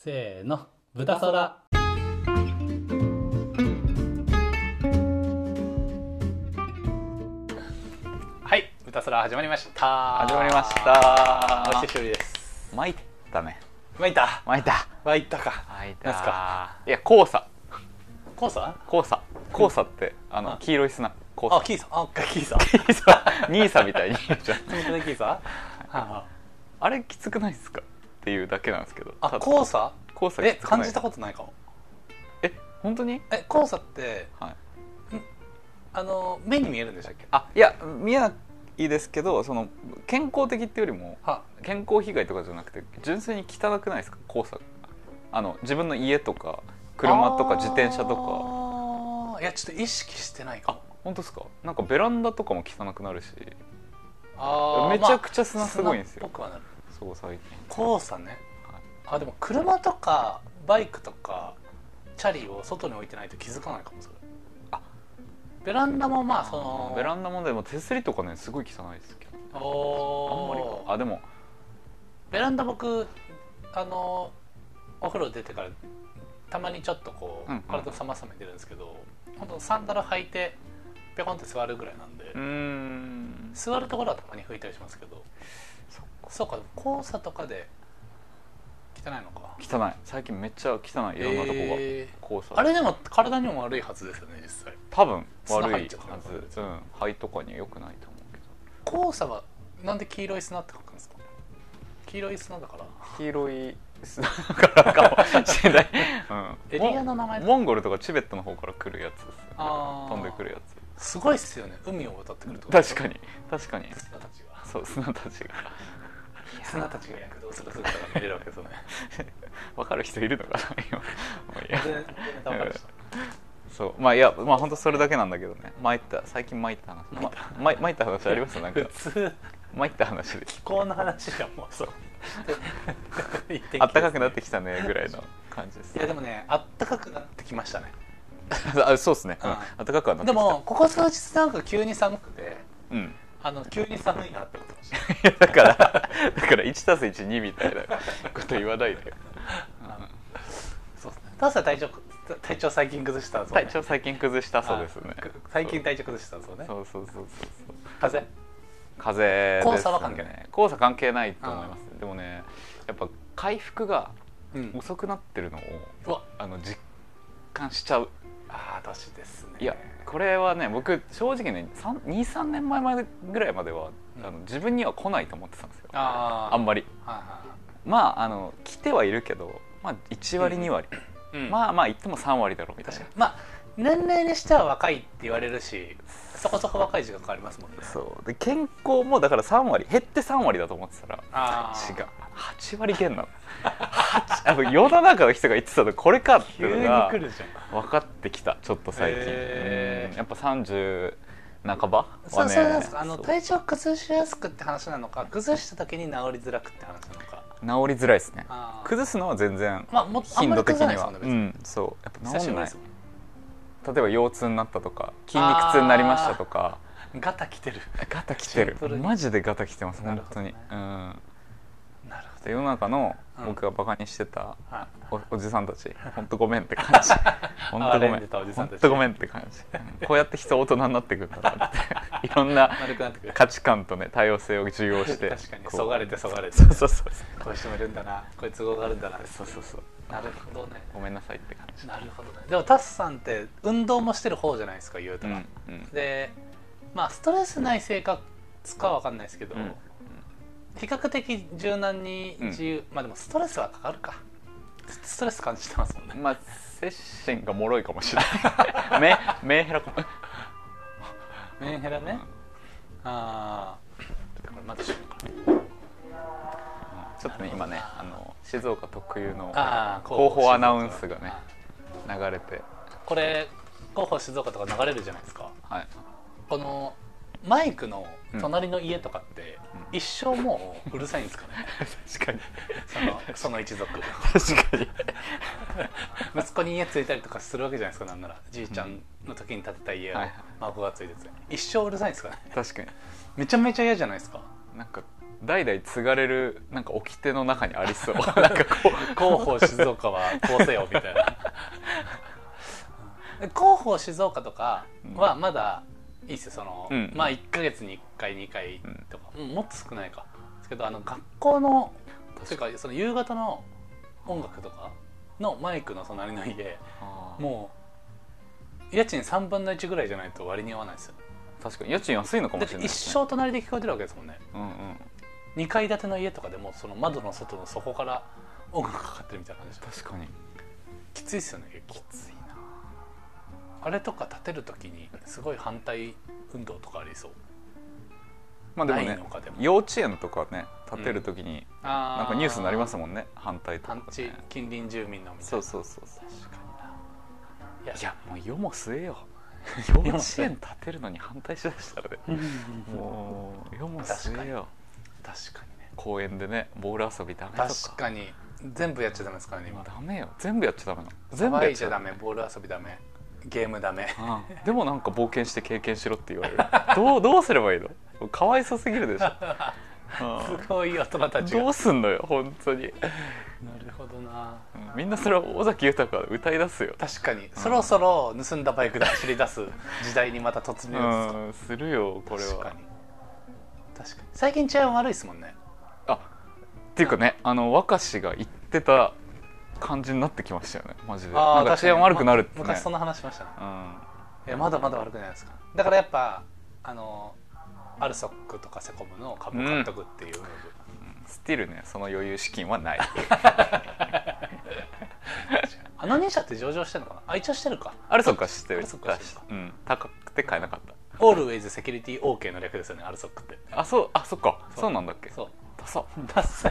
せーの、豚そら。はい、豚そら始まりました。 始まりました。 お久しぶりです。 参ったね。 参った参った参ったか。 参ったなんすか。 いや、黄砂黄砂黄砂って黄色い砂。黄砂。 あ、キーサキーサキーサニーサみたいに言うじゃん。 冷たいキーサあれきつくないですかっていうだけなんですけど。 あ、黄砂黄砂きつくない。 感じたことないかも。 本当に？ 黄砂ってはい。 目に見えるんでしたっけ？ あ、いや、見えないですけど、その健康的っていうよりも健康被害とかじゃなくて純粋に汚くないですか、黄砂。自分の家とか車とか自転車とか。 いや、ちょっと意識してないかも。 本当ですか。なんかベランダとかも汚くなるし、 めめちゃくちゃ砂すごいんですよ。 僕はなる。 そう、最近黄砂ね。でも車とかバイクとかチャリを外に置いてないと気づかないかも。それベランダもまあベランダもでも手すりとかねすごい汚いですけど、あんまりか。でもベランダ僕お風呂出てからたまにちょっとこう、体さまさめ出るんですけど、本当サンダル履いてペコンって座るぐらいなんで、座るところはたまに拭いたりしますけど。そうか、黄砂とかで汚いのか。 汚い、最近めっちゃ汚い、いろんなとこが黄砂。 あれでも体にも悪いはずですよね、実際。 多分悪いはず。肺とかには良くないと思うけど。黄砂はなんで黄色い砂って書くんですか？黄色い砂だから。 黄色い砂だからかもしれない。 エリアの名前。 モンゴルとかチベットの方から来るやつですよね。飛んでくるやつ。 すごいっすよね、海を渡ってくると。 確かに確かに。 砂たちが。 そう、砂たちが。 砂たちが躍動する姿が見れるわけですよね。 分かる人いるのかな今。 分かる人。 そう、まあいや、まあ本当それだけなんだけどね。最近参った話。参った話あります？なんか普通参った話で。 気候の話じゃん、もう。そう。 あったかくなってきたねぐらいの感じです。 いやでもね、あったかくなってきましたね。 そうですね。あったかくはなってきた。 でもここ数日なんか急に寒くて。急に寒いなってことでした。だから1+1=2みたいなこと言わないで。 そうですね。タスは体調最近崩したそうね。 体調最近崩したそうですね。 最近体調崩したそうね。 そう。 風邪。 黄砂は関係ない。 黄砂関係ないと思います。でもね、やっぱ回復が遅くなってるのを実感しちゃう。 年ですね。 いや、これはね、僕正直ね 2,3 年前ぐらいまでは自分には来ないと思ってたんですよ。あんまり。まあ来てはいるけど、まあ1割2割、まあ言っても3割だろうみたいな。 まあ年齢にしては若いって言われるし、そこそこ若い時間かかりますもんね。 そうで、健康もだから3割減って3割だと思ってたら違う、8割減なの。世の中の人が言ってたのこれかっていうのが分かってきた、ちょっと最近。やっぱ30半ばはね。 体調崩しやすくって話なのか、崩した時に治りづらくって話なのか。 治りづらいですね。崩すのは全然頻度的には。そう、やっぱ治んない。例えば腰痛になったとか筋肉痛になりましたとか。 ガタきてる。 マジでガタきてます本当に。 なるほど。世の中の僕がバカにしてたおじさんたち、本当ごめんって感じ。本当ごめんって感じ。こうやって人大人になっていくんだなって。いろんな価値観とね、多様性を受容して。 確かにそがれて。そう。こういう人もいるんだな、こういう都合があるんだな。そう。なるほどね。 ごめんなさいって感じ。 なるほどね。でもタスさんって運動もしてる方じゃないですか、言うたら。で、まあストレスない生活かは分かんないですけど、比較的柔軟に自由。まあでもストレスはかかるか。ストレス感じてますもんね。 まあ精神が脆いかもしれない。メンヘラかも。 メンヘラね。これまたしようか。 ちょっとね、今ね、静岡特有の広報アナウンスがね流れて。 これ広報静岡とか流れるじゃないですか。このマイクの隣の家とかって一生もううるさいんですかね。 確かに。 その一族。 確かに。 息子に家ついたりとかするわけじゃないですか。なんならじいちゃんの時に建てた家を孫がついてて、一生うるさいんですかね。 確かに。 めちゃめちゃ嫌じゃないですか。 なんか代々継がれるなんか掟の中にありそうなんかこう広報静岡はこうせよみたいな広報静岡とかはまだいいですよ。その、まあ1ヶ月に1回2回とか、もっと少ないかですけど、学校のというかその夕方の音楽とかのマイクの隣の家、もう家賃3分の1ぐらいじゃないと割に合わないですよ。 確かに家賃安いのかもしれない、 だって一生隣で聞こえてるわけですもんね。2階建ての家とかでもその窓の外の底から音楽かかってるみたいな感じでしょ。 確かにきついですよね。結構きついな。あれとか建てる時にすごい反対運動とかありそう。 まあでもね、幼稚園とかね建てる時になんかニュースになりますもんね、反対とか、ね、 近隣住民のみたいな。 そう確かにな。いやもう世も末よ幼稚園建てるのに反対しだしたらねもう世も末よ。 確かにね。 公園でねボール遊びダメとか。 確かに全部やっちゃダメですからね今。 ダメよ、全部やっちゃダメなの。 全部やっちゃダメ。ボール遊びダメ、ゲームダメ、 でもなんか冒険して経験しろって言われるどうすればいいの。かわいそすぎるでしょすごい大人たちがどうすんのよ本当に。なるほどな。 みんなそれは尾崎豊歌い出すよ。 確かに、そろそろ盗んだバイクで走り出す時代にまた突入するよこれは。 確かに最近治安悪いですもんね。 っていうかね、若氏が言ってた感じになってきましたよねマジで。なんか治安悪くなるって、ね、 昔そんな話しましたね。いやまだまだ悪くないですか。だからやっぱアルソックとかセコムの株買っとくっていうムーブ、 スティルねその余裕資金はないあの2社って上場してるのかな。一応してるか。 アルソックは知ってる。高くて買えなかった。 オールウェイズセキュリティ OK の略ですよねアルソックって。 そっかそうなんだっけ。 そうダサダサい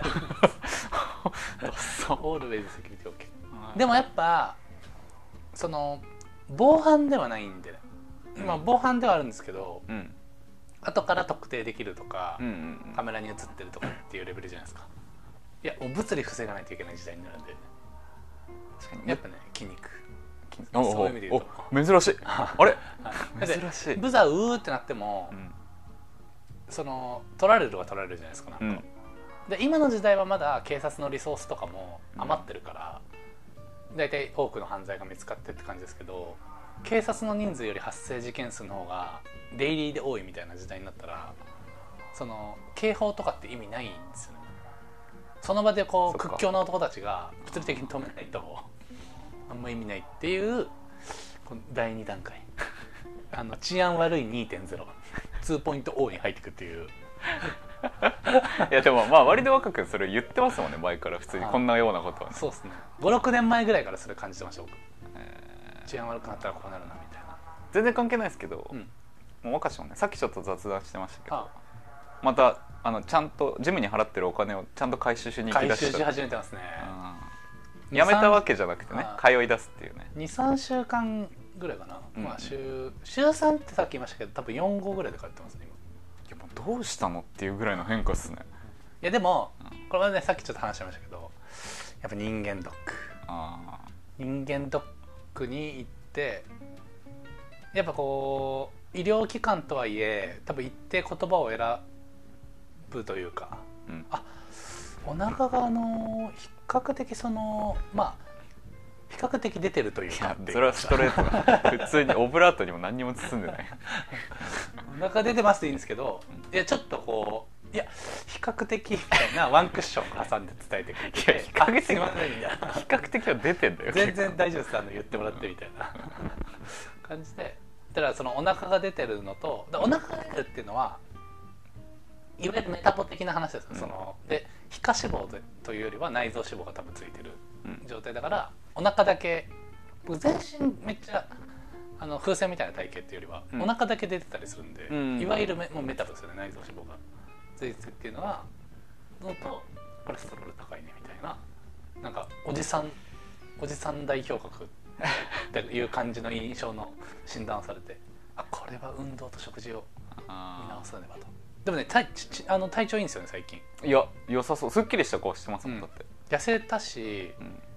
オールウェイズセキュリティ OK。 でもやっぱその防犯ではないんでね、防犯ではあるんですけど、後から特定できるとか、カメラに映ってるとかっていうレベルじゃないですか。いやもう物理防がないといけない時代になるんで、やっぱね筋肉、そういう意味で言うと珍しいあれ珍しい。 ブザーうーってなっても、その取られるは取られるじゃないですか。なんかで今の時代はまだ警察のリソースとかも余ってるから、だいたい多くの犯罪が見つかってって感じですけど、警察の人数より発生事件数の方がデイリーで多いみたいな時代になったら、その警報とかって意味ないんですよね。その場でこう屈強な男たちが物理的に止めないとあんま意味ないっていうこの第2段階治安悪い 2.0 2ポイント O に入っていくっていういやでもまあ割と若くそれ言ってますもんね前から普通にこんなようなことはね。 そうですね。5,6 年前ぐらいからそれ感じてました僕。治安悪くなったらこうなるなみたいな。 全然関係ないですけど、もう若しもねさっきちょっと雑談してましたけど、またちゃんとジムに払ってるお金をちゃんと回収しに行きだした。 回収し始めてますね。 やめたわけじゃなくてね通い出すっていうね。 2,3 週間ぐらいかな、週3ってさっき言いましたけど多分4号ぐらいで帰ってますね今。 いやどうしたのっていうぐらいの変化っすね。 いやでも、これはねさっきちょっと話しましたけど、やっぱ人間ドック、人間ドックに行ってやっぱこう医療機関とはいえ多分一定言葉を選ぶというか、お腹が比較的その比較的出てるというか。 それはストレートな普通にオブラートにも何にも包んでないお腹出てますっていいんですけど、いやちょっとこう比較的みたいなワンクッション挟んで伝えてくれていや比較的すいませんみたいな比較的は出てんだよ全然大丈夫です言ってもらってみたいな感じで。だからそのお腹が出てるのと、お腹が出てるっていうのはいわゆるメタボ的な話ですよ。そので皮下脂肪というよりは内臓脂肪が多分ついてる状態だから、お腹だけ全身めっちゃ風船みたいな体型っていうよりは、お腹だけ出てたりするんで、いわゆるもうメタボですよね。内臓脂肪がついてるっていうのはのとコレステロール高いねみたいな、なんかおじさん代表格っていう感じの印象の診断をされて、これは運動と食事を見直さねばと。でもね体調いいんですよね最近。 いや良さそう。すっきりした顔してますもん、だって痩せたし、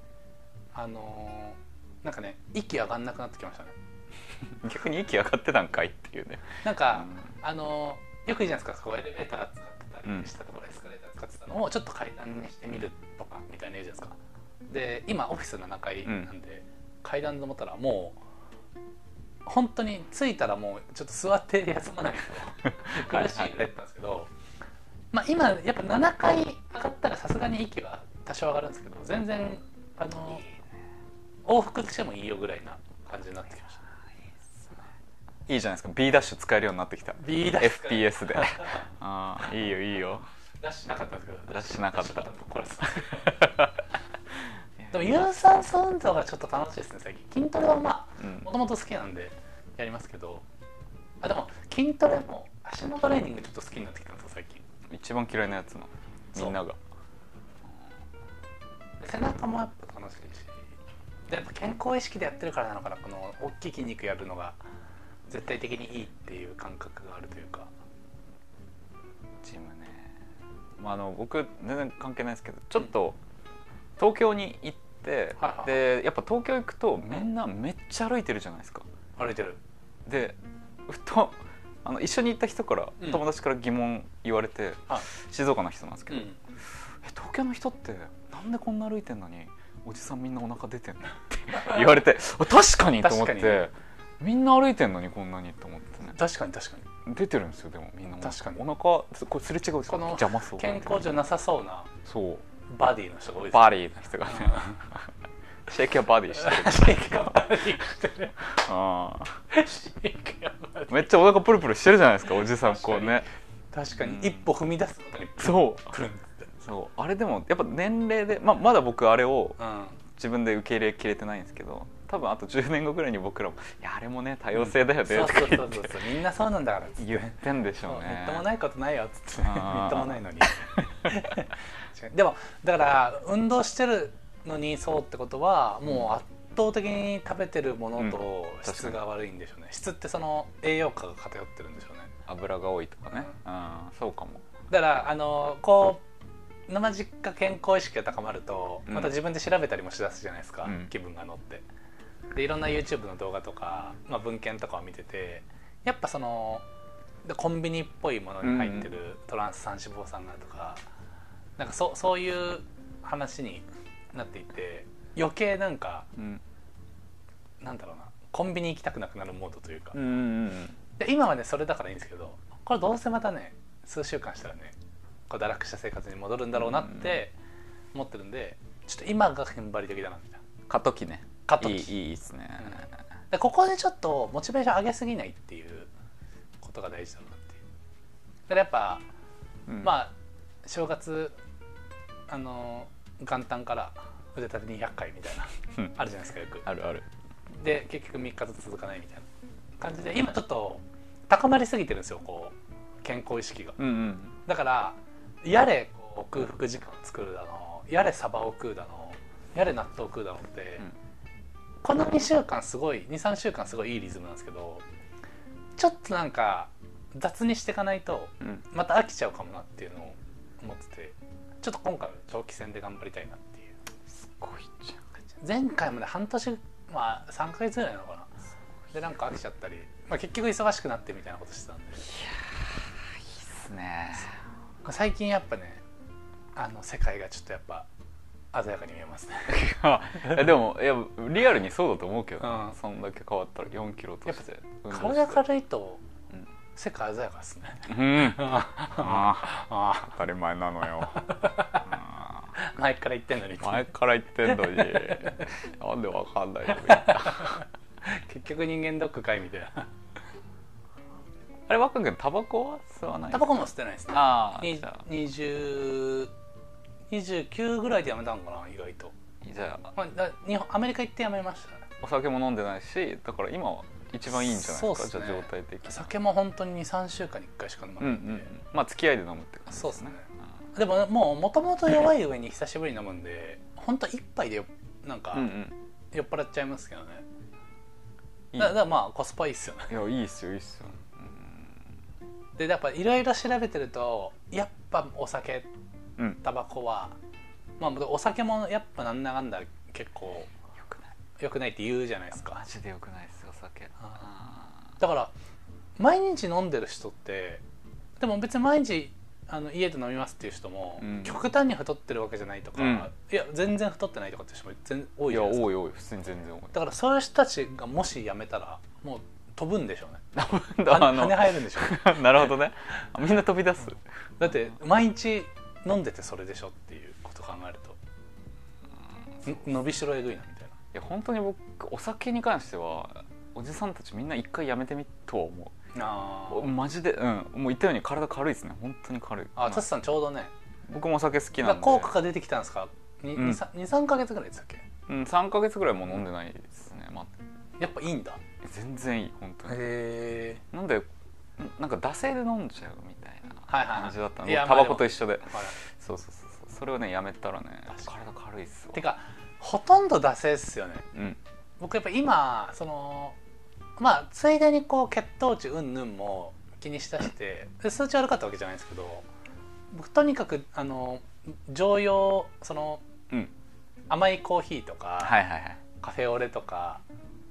なんかね息上がんなくなってきましたね逆に息上がってたんかいっていうね。 なんか、よくいいじゃないですか、こうエレベーター使ってたりしたところエスカレーター使ってたのをちょっと階段にしてみるとかみたいな言うじゃないですか。で今オフィス7階なんで、階段で思ったらもう本当に着いたらもうちょっと座って休まないと苦しいぐらいだったんですけど、まあ、今やっぱ7階上がったらさすがに息は多少上がるんですけど、全然往復してもいいよぐらいな感じになってきました。 いいじゃないですか。 B ダッシュ使えるようになってきた。 B ダッシュ FPS でああいいよいいよ。 ダッシュなかったんですけど、 ダッシュなかった。 でも有酸素運動がちょっと楽しいですね最近。筋トレはまあもともと好きなんでやりますけど、でも筋トレも足のトレーニングちょっと好きになってきたんですよ最近。 一番嫌いなやつのみんなが。 背中もやっぱ楽しいし、でやっぱ健康意識でやってるからなのかな、この大きい筋肉やるのが絶対的にいいっていう感覚があるというか。 ジムね、まあ、僕全然関係ないですけどちょっと東京に行って、でやっぱ東京行くとみんなめっちゃ歩いてるじゃないですか。 歩いてる。 でふと一緒に行った人から友達から疑問言われて、静岡の人なんですけど、東京の人ってなんでこんな歩いてんのにおじさんみんなお腹出てんのって言われて確かにと思って、みんな歩いてんのにこんなにと思ってね。 確かに確かに出てるんですよ。でもみんな確かにお腹これすれ違うこの邪魔そう健康じゃなさそうなそうバディの人が多いです、 バディの人がねシェイキャバディしてるシェイキャバディしてるシェイキャバディめっちゃお腹プルプルしてるじゃないですかおじさんこうね。 確かに一歩踏み出すことにそうあれでもやっぱ年齢で、まだ僕あれを自分で受け入れきれてないんですけど、多分あと10年後ぐらいに僕らもいやあれもね多様性だよねとか言ってみんなそうなんだから言ってんでしょうね。 みっともないことないよっつってみっともないのにでもだから運動してるのにそうってことはもう圧倒的に食べてるものと質が悪いんでしょうね。質ってその栄養価が偏ってるんでしょうね。 油が多いとかね、そうかも。 だからこう生実家健康意識が高まるとまた自分で調べたりもしだすじゃないですか、気分が乗ってでいろんな YouTube の動画とか、文献とかを見ててやっぱそのコンビニっぽいものに入ってるトランス脂肪酸がとかなんかそういう話になっていて余計なんか、なんだろうなコンビニ行きたくなくなるモードというか、で今はねそれだからいいんですけど、これどうせまたね数週間したらねこう堕落した生活に戻るんだろうなって思ってるんで、ちょっと今が踏ん張り時だなみたいな。 過渡期ね。 過渡期いいですね、 でここでちょっとモチベーション上げすぎないっていうことが大事だなっていう。だからやっぱ、まあ正月元旦から腕立て200回みたいなあるじゃないですかよく。 あるある。 で結局3日ずつ続かないみたいな感じで今ちょっと高まりすぎてるんですよこう健康意識が、だからやれこう空腹時間を作るだのやれサバを食うだのやれ納豆を食うだのって、この2週間すごい 2,3 週間すごいいいリズムなんですけど、ちょっとなんか雑にしていかないとまた飽きちゃうかもなっていうのを思ってて、ちょっと今回は長期戦で頑張りたいなっていう。 すごいじゃん。 前回もね半年3ヶ月ぐらいなのかなでなんか飽きちゃったり、結局忙しくなってみたいなことしてたんで。いやいいっすね。 最近やっぱね世界がちょっとやっぱ鮮やかに見えますねでもいやリアルにそうだと思うけど、そんだけ変わったら4キロとして体軽いと世界鮮やかですね。 当たり前なのよ前から言ってんのになんでわかんないの結局人間ドックかいみたいなあれ若君タバコは吸わない？ タバコも吸ってないですね。29ぐらいでやめたのかな意外と。 じゃあ、 アメリカ行ってやめましたね。 お酒も飲んでないしだから今は一番いいんじゃないですか。じゃあ状態的に酒も本当に 2,3 週間に1回しか飲まないんで、 付き合いで飲むって感じですね。 そうですね。でももともと弱い上に久しぶりに飲むんで本当一杯でなんか酔っ払っちゃいますけどね。だからコスパいいっすよね。 いやいいっすよいいっすよ。 でやっぱいろいろ調べてるとやっぱお酒タバコはお酒もやっぱなんだかんだ結構良くないって言うじゃないですか。 マジで良くないですよお酒。 だから毎日飲んでる人ってでも別に毎日家で飲みますっていう人も、極端に太ってるわけじゃないとか、いや全然太ってないとかって人も多いじゃないですか。 いや多い普通に全然多い。 だからそういう人たちがもし辞めたらもう飛ぶんでしょうね。羽生えるんでしょうね。 なるほどね。みんな飛び出す。 だって毎日飲んでてそれでしょっていうこと考えると、伸びしろえぐいなみたいな。いや本当に僕お酒に関してはおじさんたちみんな一回やめてみとは思う。マジで、もう言ったように体軽いですね。本当に軽い。 タツさんちょうどね、 僕もお酒好きなんで。 効果が出てきたんですか。23ヶ月ぐらいですっけ。 3ヶ月ぐらいも飲んでないですね。 やっぱいいんだ。 全然いい本当に。なんでなんか惰性で飲んじゃうみたいな感じだったの。タバコと一緒で。そうそれをねやめたらね体軽いっすわ。 てかほとんど惰性っすよね。僕やっぱ今ついでにこう血糖値うんぬんも気にしだして数値悪かったわけじゃないんですけど、僕とにかく常用甘いコーヒーとか、カフェオレとか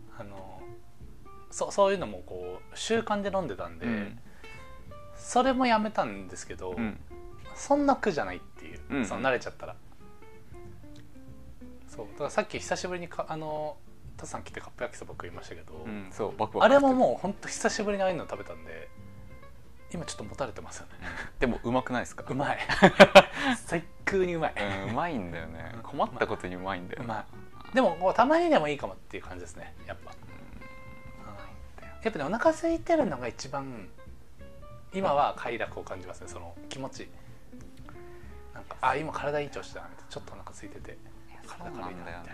そういうのもこう習慣で飲んでたんで、それもやめたんですけど、そんな苦じゃないっていう、慣れちゃったら。そうだからさっき久しぶりにタさん来てカップ焼きそば食いましたけど、あれももう本当久しぶりにああいうの食べたんで今ちょっともたれてますよね。 でもうまくないですか。 うまい。最高にうまい。 うまいんだよね。困ったことにうまいんだよ。 うまい。でもこうたまにでもいいかもっていう感じですね。やっぱね、お腹空いてるのが一番今は快楽を感じますね。その気持ちなんか今体いい調子だなみたいな、ちょっとお腹空いてて体軽いなみたいな。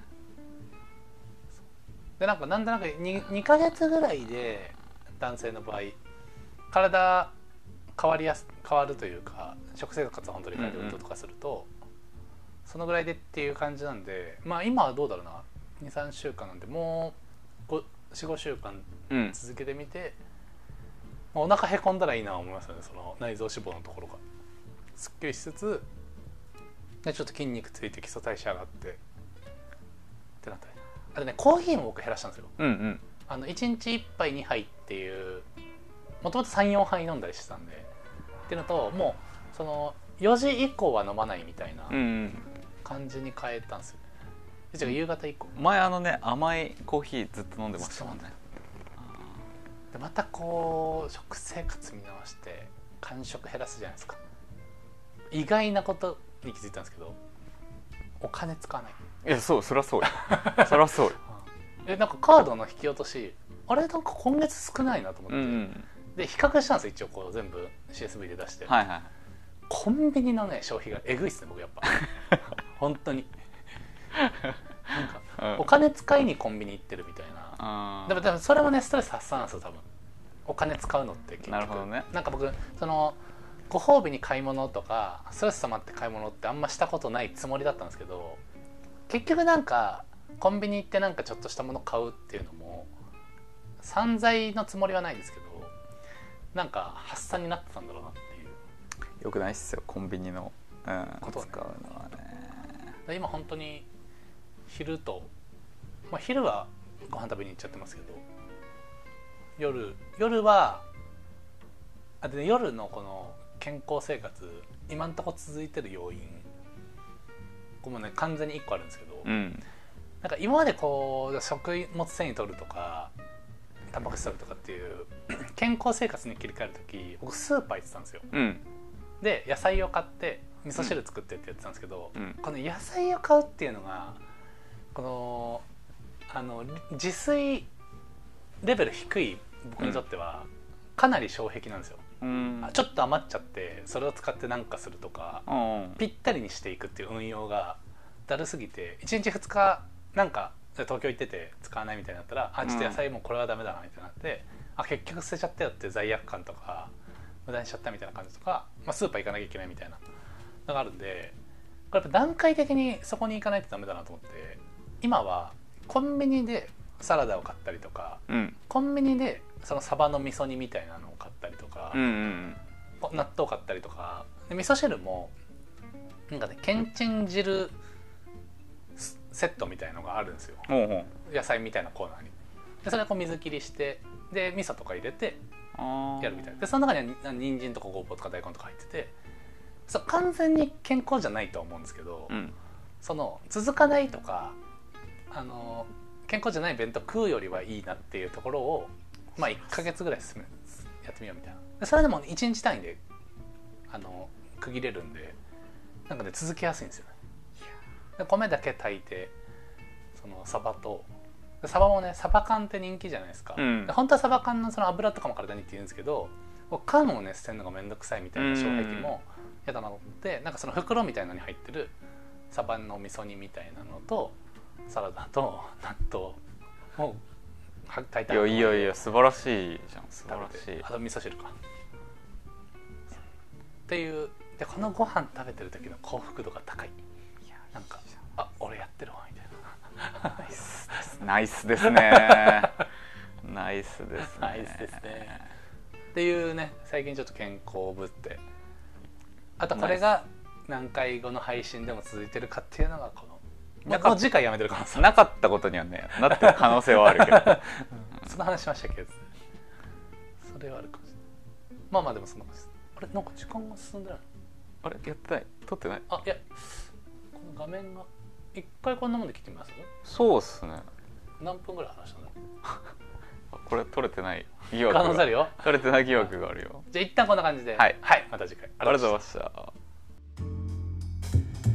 でなんとなく 2ヶ月ぐらいで男性の場合体変わるというか、食生活を本当に変えて運動とかすると、そのぐらいでっていう感じなんで、今はどうだろうな、 2,3 週間なんでもう 4,5 週間続けてみて、お腹へこんだらいいなと思いますよね。その内臓脂肪のところがすっきりしつつでちょっと筋肉ついて基礎代謝上がってってなったり、あとねコーヒーも僕減らしたんですよ。1日1杯2杯っていう、もともと 3,4 杯飲んだりしてたんでっていうのと、もうその4時以降は飲まないみたいな感じに変えたんですよね。夕方以降、 前甘いコーヒーずっと飲んでましたもんね。 でまたこう食生活見直して間食減らすじゃないですか。意外なことに気づいたんですけど、お金使わない。 いやそりゃそうよ。そりゃそうよ。 なんかカードの引き落とし、あれなんか今月少ないなと思って、で比較したんですよ。一応こう全部 CSV で出して、コンビニのね消費がえぐいっすね僕やっぱ。本当になんかお金使いにコンビニ行ってるみたいな。でもそれもねストレス発散なんですよ多分。お金使うのって結局。 なるほどね。 なんか僕そのご褒美に買い物とかストレス溜まって買い物ってあんましたことないつもりだったんですけど、結局なんかコンビニ行ってなんかちょっとしたもの買うっていうのも散財のつもりはないですけど、なんか発散になってたんだろうなっていう。 よくないっすよコンビニのことを使うのはね。 今本当に昼と、昼はご飯食べに行っちゃってますけど、夜はで夜のこの健康生活今んとこ続いてる要因これもね完全に1個あるんですけど、なんか今までこう食物繊維取るとかタンパク質取るとかっていう健康生活に切り替える時、僕スーパー行ってたんですよ。で野菜を買って味噌汁作ってってやってたんですけど、この野菜を買うっていうのがこの自炊レベル低い僕にとってはかなり障壁なんですよ。ちょっと余っちゃってそれを使って何かするとか、ぴったりにしていくっていう運用がだるすぎて、1日2日なんか東京行ってて使わないみたいになったら、ちょっと野菜もこれはダメだなみたいになって、結局捨てちゃったよって罪悪感とか無駄にしちゃったみたいな感じとか、スーパー行かなきゃいけないみたいなのがあるんで、これやっぱ段階的にそこに行かないとダメだなと思って、今はコンビニでサラダを買ったりとか、コンビニでそのサバの味噌煮みたいなのを買ったりとか、納豆買ったりとかで、味噌汁もなんかねけんちん汁セットみたいのがあるんですよ。野菜みたいなコーナーに。でそれをこう水切りして、で味噌とか入れてやるみたいで、その中には人参とかごぼうとか大根とか入ってて、完全に健康じゃないとは思うんですけど、その続かないとか健康じゃない弁当食うよりはいいなっていうところを、まあ、1ヶ月ぐらいやってみようみたいな。それでも1日単位で区切れるんで、なんかね続けやすいんですよね。で米だけ炊いて、そのサバもね、サバ缶って人気じゃないですか、で本当はサバ缶のその油とかも体にって言うんですけど、缶をね捨てるのがめんどくさいみたいな障壁もやだなと思って、なんかその袋みたいなのに入ってるサバの味噌煮みたいなのとサラダと納豆を炊いた。 いや素晴らしいじゃん。素晴らしい。 あと味噌汁かっていう。でこのご飯食べてる時の幸福度が高い。なんか俺やってるわみたいな。 ナイスですね。ナイスですね。っていうね、最近ちょっと健康ぶって、あとこれが何回後の配信でも続いてるかっていうのがこのもう次回やめてる可能性なかったことにはねなってる可能性はあるけどその話しましたけど、それはあるかもしれない。まあまあでもそんな感じです。あれなんか時間が進んでないの？あれやってない？撮ってない？ いやこの画面が一回こんなもんで切ってみます？ そうっすね。 何分ぐらい話したの？ これ撮れてない疑惑が可能性あるよ。 撮れてない疑惑があるよ。 じゃあ一旦こんな感じで、 はい、 また次回ありがとうございました。